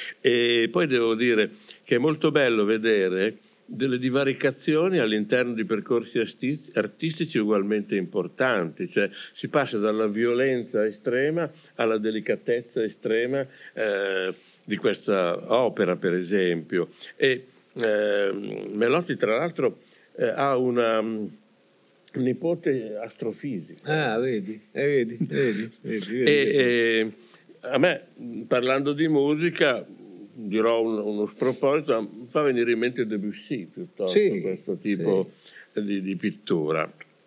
e poi devo dire che è molto bello vedere delle divaricazioni all'interno di percorsi asti- artistici ugualmente importanti, cioè si passa dalla violenza estrema alla delicatezza estrema eh, di questa opera, per esempio. E eh, Melotti tra l'altro eh, ha una nipote astrofisica. Ah, vedi, eh, vedi, vedi, vedi, vedi. E, e a me, parlando di musica, dirò un, uno sproposito, fa venire in mente Debussy piuttosto, sì, questo tipo sì. di, di pittura.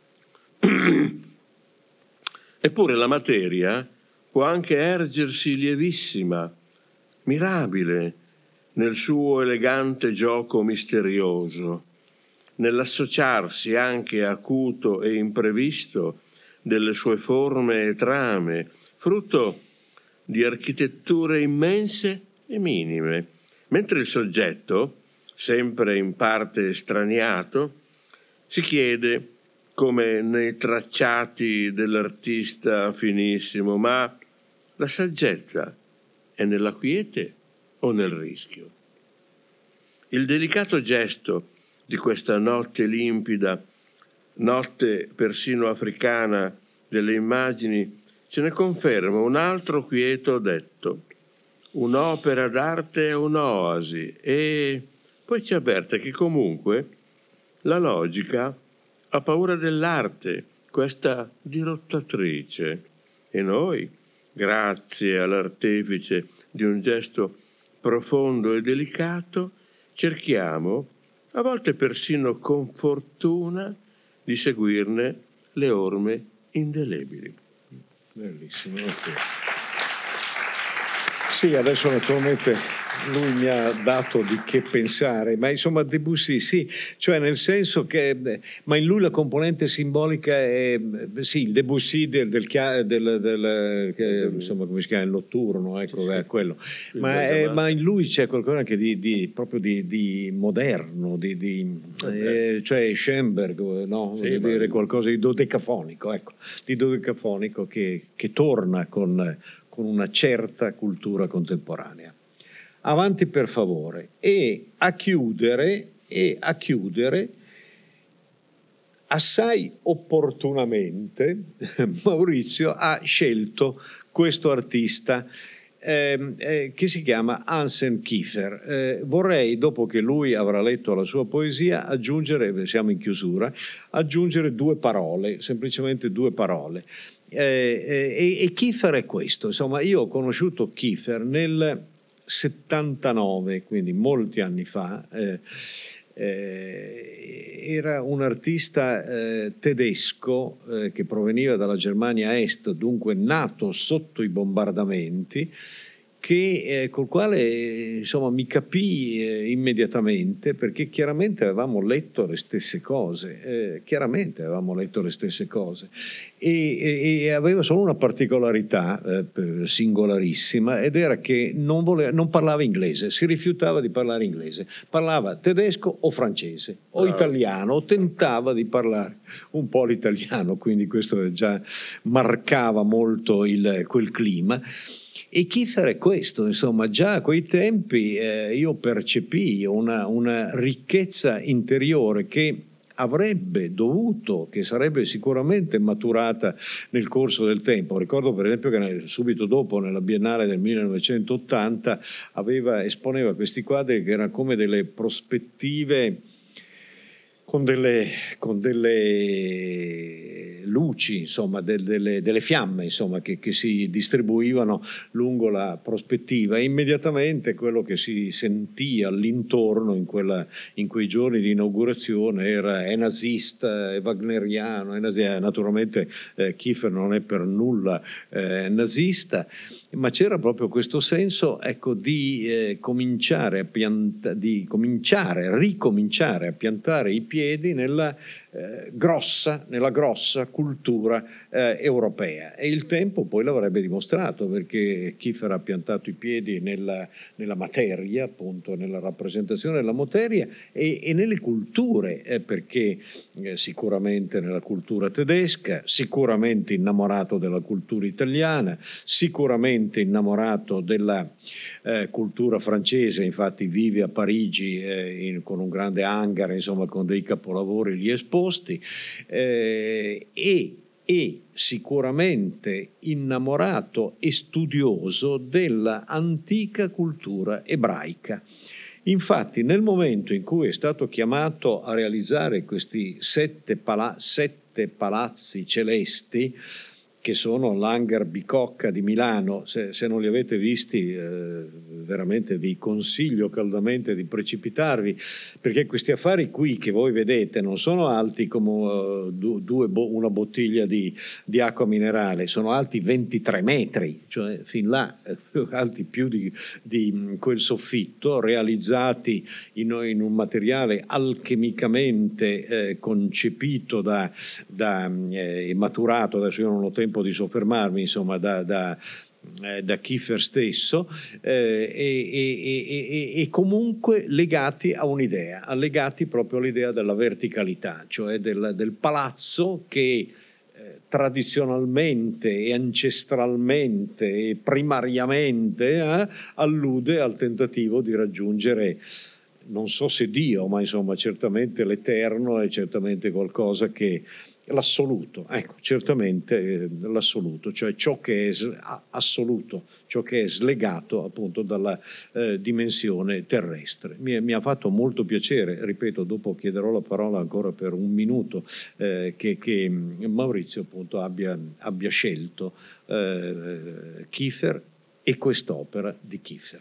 Eppure la materia può anche ergersi lievissima, mirabile, nel suo elegante gioco misterioso, nell'associarsi anche acuto e imprevisto delle sue forme e trame, frutto di architetture immense e minime, mentre il soggetto, sempre in parte estraniato, si chiede, come nei tracciati dell'artista finissimo, ma la saggezza è nella quiete o nel rischio? Il delicato gesto di questa notte limpida, notte persino africana delle immagini, ce ne conferma un altro quieto detto: un'opera d'arte è un'oasi, e poi ci avverte che comunque la logica ha paura dell'arte, questa dirottatrice, e noi, grazie all'artefice di un gesto profondo e delicato, cerchiamo, a volte persino con fortuna, di seguirne le orme indelebili. Bellissimo. Okay. Sì, adesso naturalmente lui mi ha dato di che pensare, ma insomma Debussy sì, cioè nel senso che, ma in lui la componente simbolica è, sì, il Debussy del, del, del, del, del che, insomma come si chiama, il notturno, ecco, è quello, ma, è, ma in lui c'è qualcosa anche di, di proprio di, di moderno, di, di, eh, cioè Schoenberg, no? Sì, Voglio dire qualcosa di dodecafonico, ecco, di dodecafonico che, che torna con, con una certa cultura contemporanea. Avanti per favore. E a chiudere, e a chiudere, assai opportunamente, Maurizio ha scelto questo artista eh, eh, che si chiama Hansen Kiefer. Eh, vorrei, dopo che lui avrà letto la sua poesia, aggiungere, siamo in chiusura, aggiungere due parole, semplicemente due parole. Eh, eh, e Kiefer è questo, insomma, io ho conosciuto Kiefer nel settantanove, quindi molti anni fa. eh, eh, era un artista eh, tedesco eh, che proveniva dalla Germania Est, dunque nato sotto i bombardamenti, che, eh, col quale insomma mi capii eh, immediatamente, perché chiaramente avevamo letto le stesse cose, eh, chiaramente avevamo letto le stesse cose e, e, e aveva solo una particolarità eh, singolarissima, ed era che non, voleva, non parlava inglese, si rifiutava di parlare inglese, parlava tedesco o francese o wow. italiano, o tentava di parlare un po' l'italiano, quindi questo già marcava molto il, quel clima. E Kiefer è questo, insomma, già a quei tempi eh, io percepii una, una ricchezza interiore che avrebbe dovuto, che sarebbe sicuramente maturata nel corso del tempo. Ricordo per esempio che subito dopo, nella Biennale del millenovecentottanta, aveva, esponeva questi quadri che erano come delle prospettive con delle, con delle luci, insomma, del, delle, delle fiamme, insomma, che, che si distribuivano lungo la prospettiva, e immediatamente quello che si sentia all'intorno in, quella, in quei giorni di inaugurazione era è nazista, è wagneriano, è nazista. Naturalmente eh, Kiefer non è per nulla eh, nazista, ma c'era proprio questo senso, ecco, di eh, cominciare a pianta, di cominciare, ricominciare a piantare i piedi nella eh, grossa, nella grossa cultura eh, europea. E il tempo poi l'avrebbe dimostrato, perché Kiefer ha piantato i piedi nella, nella materia, appunto, nella rappresentazione della materia e, e nelle culture, eh, perché eh, sicuramente nella cultura tedesca, sicuramente innamorato della cultura italiana, sicuramente innamorato della eh, cultura francese, infatti vive a Parigi eh, in, con un grande hangar, insomma, con dei capolavori lì esposti, eh, e, e sicuramente innamorato e studioso della antica cultura ebraica. Infatti nel momento in cui è stato chiamato a realizzare questi sette, pala- sette palazzi celesti, che sono l'Hangar Bicocca di Milano. Se, se non li avete visti, eh, veramente vi consiglio caldamente di precipitarvi, perché questi affari qui che voi vedete non sono alti come uh, due, due bo- una bottiglia di, di acqua minerale, sono alti ventitré metri, cioè fin là, eh, alti più di, di quel soffitto, realizzati in, in un materiale alchemicamente eh, concepito da, da eh, maturato, adesso io non ho tempo di soffermarmi, insomma, da, da, eh, da Kiefer stesso, eh, e, e, e, e comunque legati a un'idea, legati proprio all'idea della verticalità, cioè del, del palazzo che eh, tradizionalmente e ancestralmente e primariamente eh, allude al tentativo di raggiungere, non so se Dio, ma insomma certamente l'eterno è certamente qualcosa che l'assoluto, ecco, certamente eh, l'assoluto, cioè ciò che è assoluto, ciò che è slegato appunto dalla eh, dimensione terrestre. Mi, mi ha fatto molto piacere, ripeto, dopo chiederò la parola ancora per un minuto, eh, che, che Maurizio appunto abbia, abbia scelto eh, Kiefer e quest'opera di Kiefer.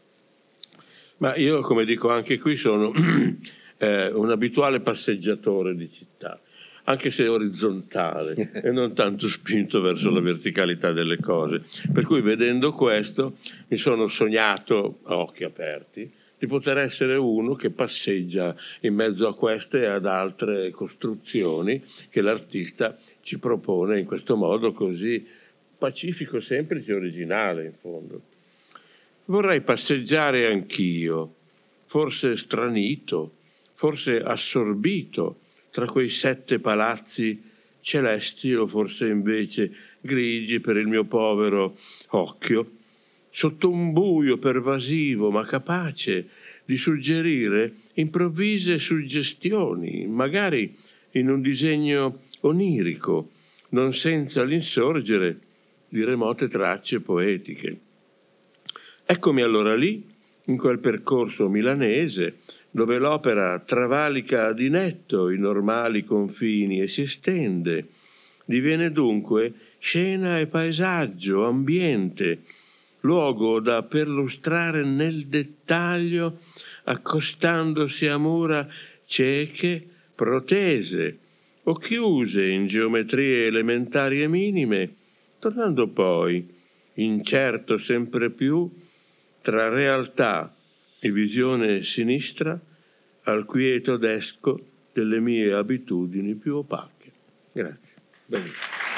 Ma io, come dico anche qui, sono eh, un abituale passeggiatore di città, anche se orizzontale e non tanto spinto verso la verticalità delle cose. Per cui, vedendo questo, mi sono sognato, a occhi aperti, di poter essere uno che passeggia in mezzo a queste e ad altre costruzioni che l'artista ci propone in questo modo così pacifico, semplice e originale, in fondo. Vorrei passeggiare anch'io, forse stranito, forse assorbito, tra quei sette palazzi celesti o forse invece grigi per il mio povero occhio, sotto un buio pervasivo ma capace di suggerire improvvise suggestioni, magari in un disegno onirico, non senza l'insorgere di remote tracce poetiche. Eccomi allora lì, in quel percorso milanese, dove l'opera travalica di netto i normali confini e si estende, diviene dunque scena e paesaggio, ambiente, luogo da perlustrare nel dettaglio, accostandosi a mura cieche, protese o chiuse in geometrie elementari e minime, tornando poi, incerto sempre più, tra realtà e visione sinistra, al quieto desco delle mie abitudini più opache. Grazie. Bene.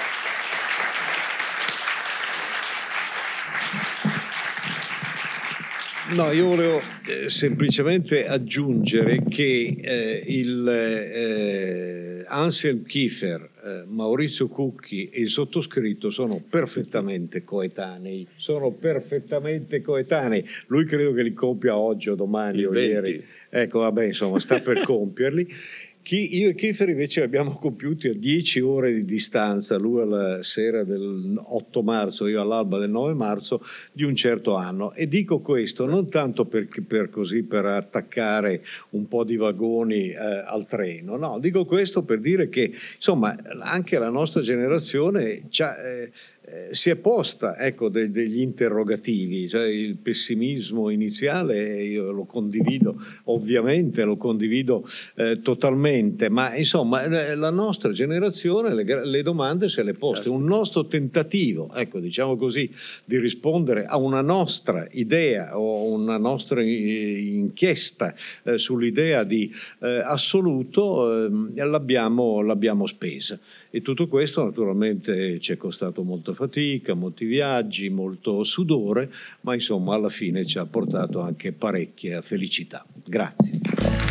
No, io volevo eh, semplicemente aggiungere che eh, il eh, Anselm Kiefer, eh, Maurizio Cucchi e il sottoscritto sono perfettamente coetanei, sono perfettamente coetanei. Lui credo che li compia oggi o domani o ieri. Ecco, vabbè, insomma, sta per compierli. Chi, io e Kiefer invece li abbiamo compiuti a dieci ore di distanza, lui alla sera del otto marzo, io all'alba del nove marzo di un certo anno. E dico questo non tanto per, per, così, per attaccare un po' di vagoni eh, al treno, no, dico questo per dire che insomma anche la nostra generazione c'ha, eh, eh, si è posta, ecco, de, degli interrogativi, cioè il pessimismo iniziale io lo condivido, ovviamente lo condivido eh, totalmente, ma insomma la nostra generazione le, le domande se le poste, un nostro tentativo, ecco, diciamo così, di rispondere a una nostra idea o una nostra inchiesta eh, sull'idea di eh, assoluto eh, l'abbiamo, l'abbiamo spesa. E tutto questo naturalmente ci è costato molta fatica, molti viaggi, molto sudore, ma insomma alla fine ci ha portato anche parecchia felicità. Grazie.